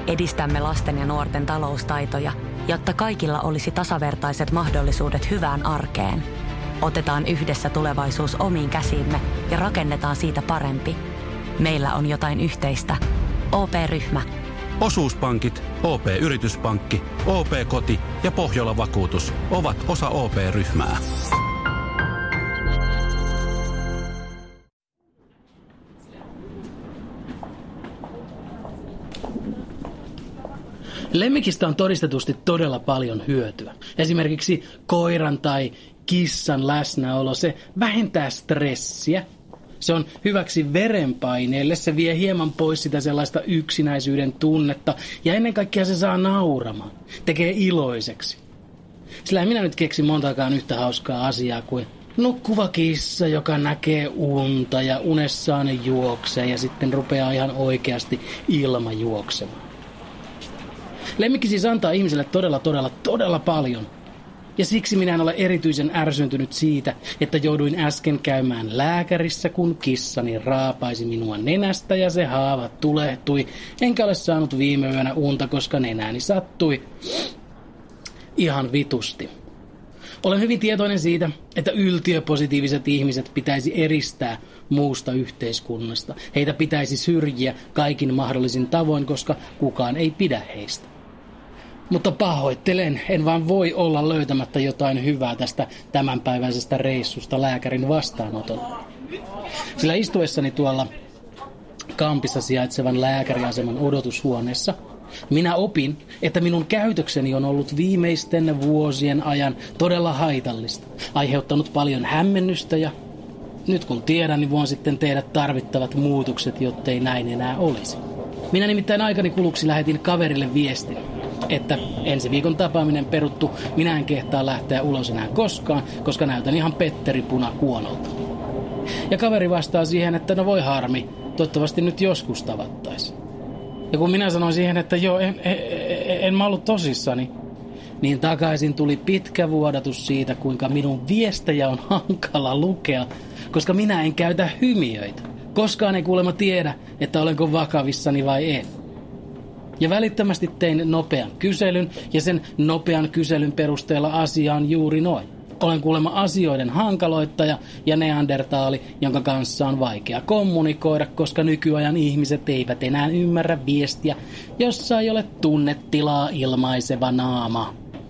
Edistämme lasten ja nuorten taloustaitoja, jotta kaikilla olisi tasavertaiset mahdollisuudet hyvään arkeen. Otetaan yhdessä tulevaisuus omiin käsiimme ja rakennetaan siitä parempi. Meillä on jotain yhteistä. OP-ryhmä. Osuuspankit, OP-yrityspankki, OP-koti ja Pohjola-vakuutus ovat osa OP-ryhmää. Lemmikistä on todistetusti todella paljon hyötyä. Esimerkiksi koiran tai kissan läsnäolo, se vähentää stressiä. Se on hyväksi verenpaineelle, se vie hieman pois sitä sellaista yksinäisyyden tunnetta ja ennen kaikkea se saa nauramaan, tekee iloiseksi. Sillä en minä nyt keksi montakaan yhtä hauskaa asiaa kuin nukkuva kissa, joka näkee unta ja unessaan ne juoksee ja sitten rupeaa ihan oikeasti ilmajuoksemaan. Lemmikki siis antaa ihmiselle todella paljon. Ja siksi minä en ole erityisen ärsyntynyt siitä, että jouduin äsken käymään lääkärissä, kun kissani raapaisi minua nenästä ja se haava tulehtui. Enkä ole saanut viime yönä unta, koska nenääni sattui ihan vitusti. Olen hyvin tietoinen siitä, että yltiöpositiiviset ihmiset pitäisi eristää muusta yhteiskunnasta. Heitä pitäisi syrjiä kaikin mahdollisin tavoin, koska kukaan ei pidä heistä. Mutta pahoittelen, en vaan voi olla löytämättä jotain hyvää tästä tämänpäiväisestä reissusta lääkärin vastaanotolla. Sillä istuessani tuolla kampissa sijaitsevan lääkäriaseman odotushuoneessa minä opin, että minun käytökseni on ollut viimeisten vuosien ajan todella haitallista, aiheuttanut paljon hämmennystä ja nyt kun tiedän, niin voin sitten tehdä tarvittavat muutokset, jottei näin enää olisi. Minä nimittäin aikani kuluksi lähetin kaverille viestin, että ensi viikon tapaaminen peruttu, minä en kehtaa lähteä ulos enää koskaan, koska näytän ihan Petteri Punakuonolta. Ja kaveri vastaa siihen, että no voi harmi, toivottavasti nyt joskus tavattaisiin. Ja kun minä sanoin siihen, että joo, en mä ollut tosissani, niin takaisin tuli pitkä vuodatus siitä, kuinka minun viestejä on hankala lukea, koska minä en käytä hymiöitä. Koskaan ei kuulemma tiedä, että olenko vakavissani vai en. Ja välittömästi tein nopean kyselyn, ja sen nopean kyselyn perusteella asia on juuri noin. Olen kuulemma asioiden hankaloittaja ja neandertaali, jonka kanssa on vaikea kommunikoida, koska nykyajan ihmiset eivät enää ymmärrä viestiä, jossa ei ole tunnetilaa ilmaiseva naama.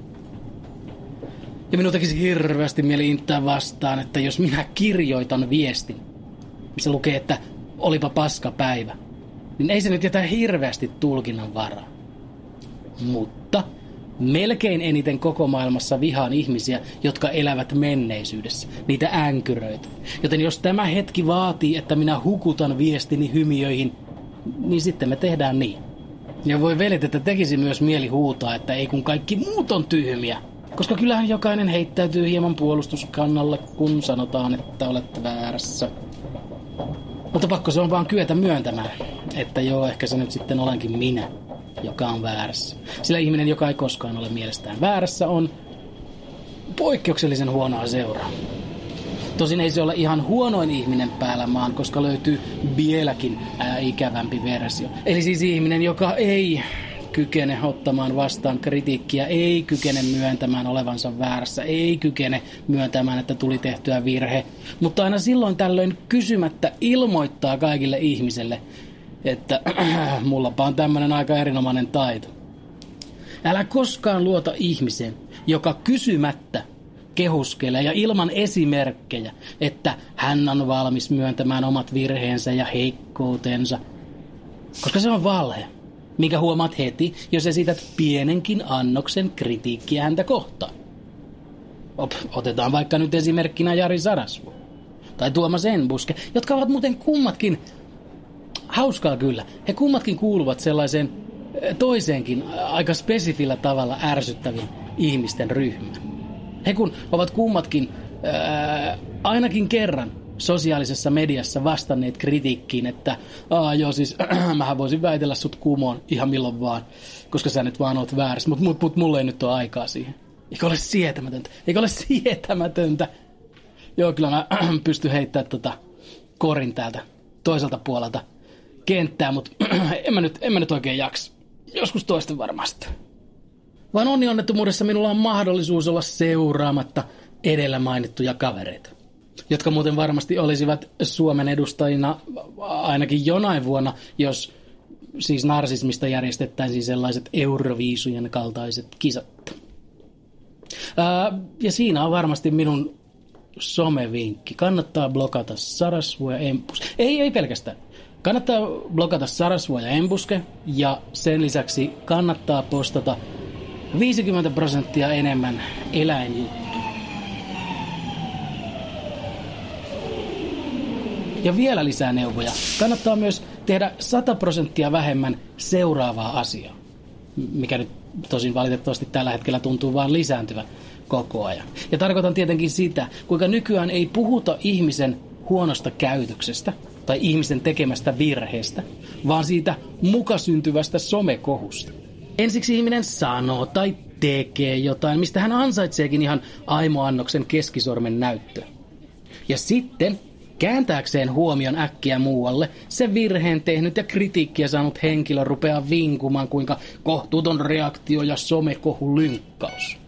Ja minun tekisi hirveästi mieli inttää vastaan, että jos minä kirjoitan viestin, missä lukee, että olipa paska päivä, niin ei se nyt jätä hirveästi tulkinnan varaa. Mutta melkein eniten koko maailmassa vihaan ihmisiä, jotka elävät menneisyydessä, niitä änkyröitä. Joten jos tämä hetki vaatii, että minä hukutan viestini hymiöihin, niin sitten me tehdään niin. Ja voi velet, että tekisi myös mieli huutaa, että ei kun kaikki muut on tyhmiä. Koska kyllähän jokainen heittäytyy hieman puolustuskannalle, kun sanotaan, että olette väärässä. Mutta pakko se on vaan kyetä myöntämään, että joo, ehkä se nyt sitten olenkin minä, joka on väärässä. Sillä ihminen, joka ei koskaan ole mielestään väärässä, on poikkeuksellisen huonoa seuraa. Tosin ei se ole ihan huonoin ihminen päällä maan, koska löytyy vieläkin ikävämpi versio. Eli siis ihminen, joka ei kykene ottamaan vastaan kritiikkiä, ei kykene myöntämään olevansa väärässä, ei kykene myöntämään, että tuli tehtyä virhe, mutta aina silloin tällöin kysymättä ilmoittaa kaikille ihmiselle, että mullapa on tämmönen aika erinomainen taito. Älä koskaan luota ihmiseen, joka kysymättä kehuskelee ja ilman esimerkkejä, että hän on valmis myöntämään omat virheensä ja heikkoutensa, koska se on valhe, minkä huomaat heti, jos esität pienenkin annoksen kritiikkiä häntä kohtaan. Otetaan vaikka nyt esimerkkinä Jari Sarasvuo tai Tuomas Enbuske, jotka ovat muuten kummatkin, hauskaa kyllä, he kummatkin kuuluvat sellaiseen toiseenkin aika spesifillä tavalla ärsyttävien ihmisten ryhmään. He kun ovat kummatkin ainakin kerran sosiaalisessa mediassa vastanneet kritiikkiin, että joo siis mähän voisin väitellä sut kumoon ihan milloin vaan, koska sä nyt vaan oot väärässä, mutta mulla ei nyt ole aikaa siihen. Eikö ole sietämätöntä? Eikö ole sietämätöntä? Joo, kyllä mä pystyn heittämään korin täältä toiselta puolelta kenttää, mutta en mä nyt oikein jaksa. Joskus toisten varmasti. Vaan onnettomuudessa minulla on mahdollisuus olla seuraamatta edellä mainittuja kavereita, jotka muuten varmasti olisivat Suomen edustajina ainakin jonain vuonna, jos siis narsismista järjestettäisiin sellaiset Euroviisujen kaltaiset kisat. Ja siinä on varmasti minun somevinkki. Kannattaa blokata Sarasvuo ja Embuske. Ei pelkästään. Kannattaa blokata Sarasvuo ja Embuske ja sen lisäksi kannattaa postata 50% enemmän eläinjuttuja. Ja vielä lisää neuvoja. Kannattaa myös tehdä 100% vähemmän seuraavaa asiaa, mikä nyt tosin valitettavasti tällä hetkellä tuntuu vaan lisääntyvän koko ajan. Ja tarkoitan tietenkin sitä, kuinka nykyään ei puhuta ihmisen huonosta käytöksestä tai ihmisen tekemästä virheestä, vaan siitä mukasyntyvästä somekohusta. Ensiksi ihminen sanoo tai tekee jotain, mistä hän ansaitseekin ihan aimoannoksen keskisormen näyttöä. Ja sitten kääntääkseen huomion äkkiä muualle, se virheen tehnyt ja kritiikkiä saanut henkilö rupeaa vinkumaan, kuinka kohtuuton reaktio ja somekohu lynkkaus.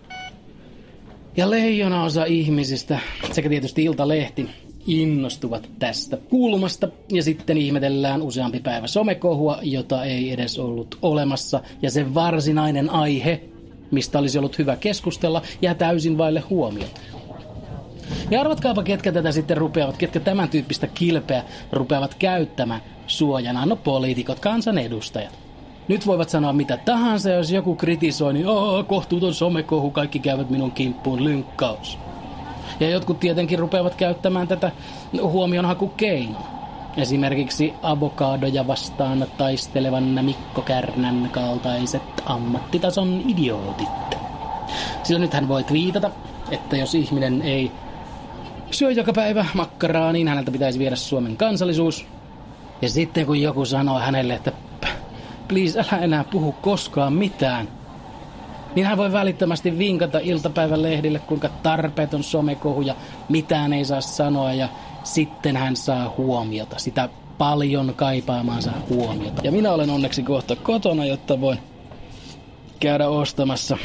Ja leijonaosa ihmisistä, sekä tietysti Iltalehti, innostuvat tästä kulmasta ja sitten ihmetellään useampi päivä somekohua, jota ei edes ollut olemassa, ja se varsinainen aihe, mistä olisi ollut hyvä keskustella, jää täysin vaille huomiota. Ja arvatkaapa, ketkä tätä sitten rupeavat, ketkä tämän tyyppistä kilpeä rupeavat käyttämään suojana. No poliitikot, kansanedustajat. Nyt voivat sanoa mitä tahansa, jos joku kritisoi, niin kohtuuton somekohu, kaikki käyvät minun kimppuun, lynkkaus. Ja jotkut tietenkin rupeavat käyttämään tätä huomionhakukeinoa. Esimerkiksi avokadoja vastaan taistelevan Mikko Kärnän kaltaiset ammattitason idiootit. Sillä nythän voi twiitata, että jos ihminen ei syö joka päivä makkaraa, niin häneltä pitäisi viedä Suomen kansallisuus. Ja sitten kun joku sanoo hänelle, että please, älä enää puhu koskaan mitään, niin hän voi välittömästi vinkata iltapäivän lehdille, kuinka tarpeeton somekohu ja mitään ei saa sanoa. Ja sitten hän saa huomiota, sitä paljon kaipaamaansa huomiota. Ja minä olen onneksi kohta kotona, jotta voin käydä ostamassa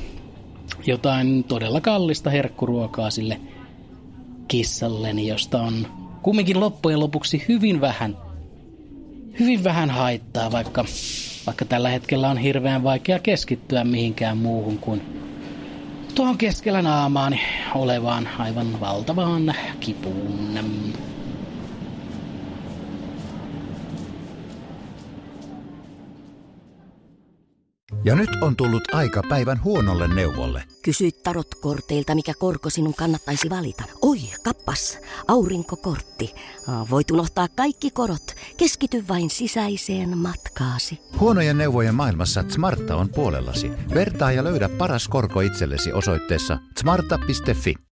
jotain todella kallista herkkuruokaa sille kissalleni, josta on kumminkin loppujen lopuksi hyvin vähän haittaa, vaikka tällä hetkellä on hirveän vaikea keskittyä mihinkään muuhun kuin tuohon keskellä naamaani olevaan aivan valtavaan kipuun. Ja nyt on tullut aika päivän huonolle neuvolle. Kysy tarotkorteilta, mikä korko sinun kannattaisi valita. Oi, kappas, aurinkokortti. Voit unohtaa kaikki korot. Keskity vain sisäiseen matkaasi. Huonojen neuvojen maailmassa Smarta on puolellasi. Vertaa ja löydä paras korko itsellesi osoitteessa smarta.fi.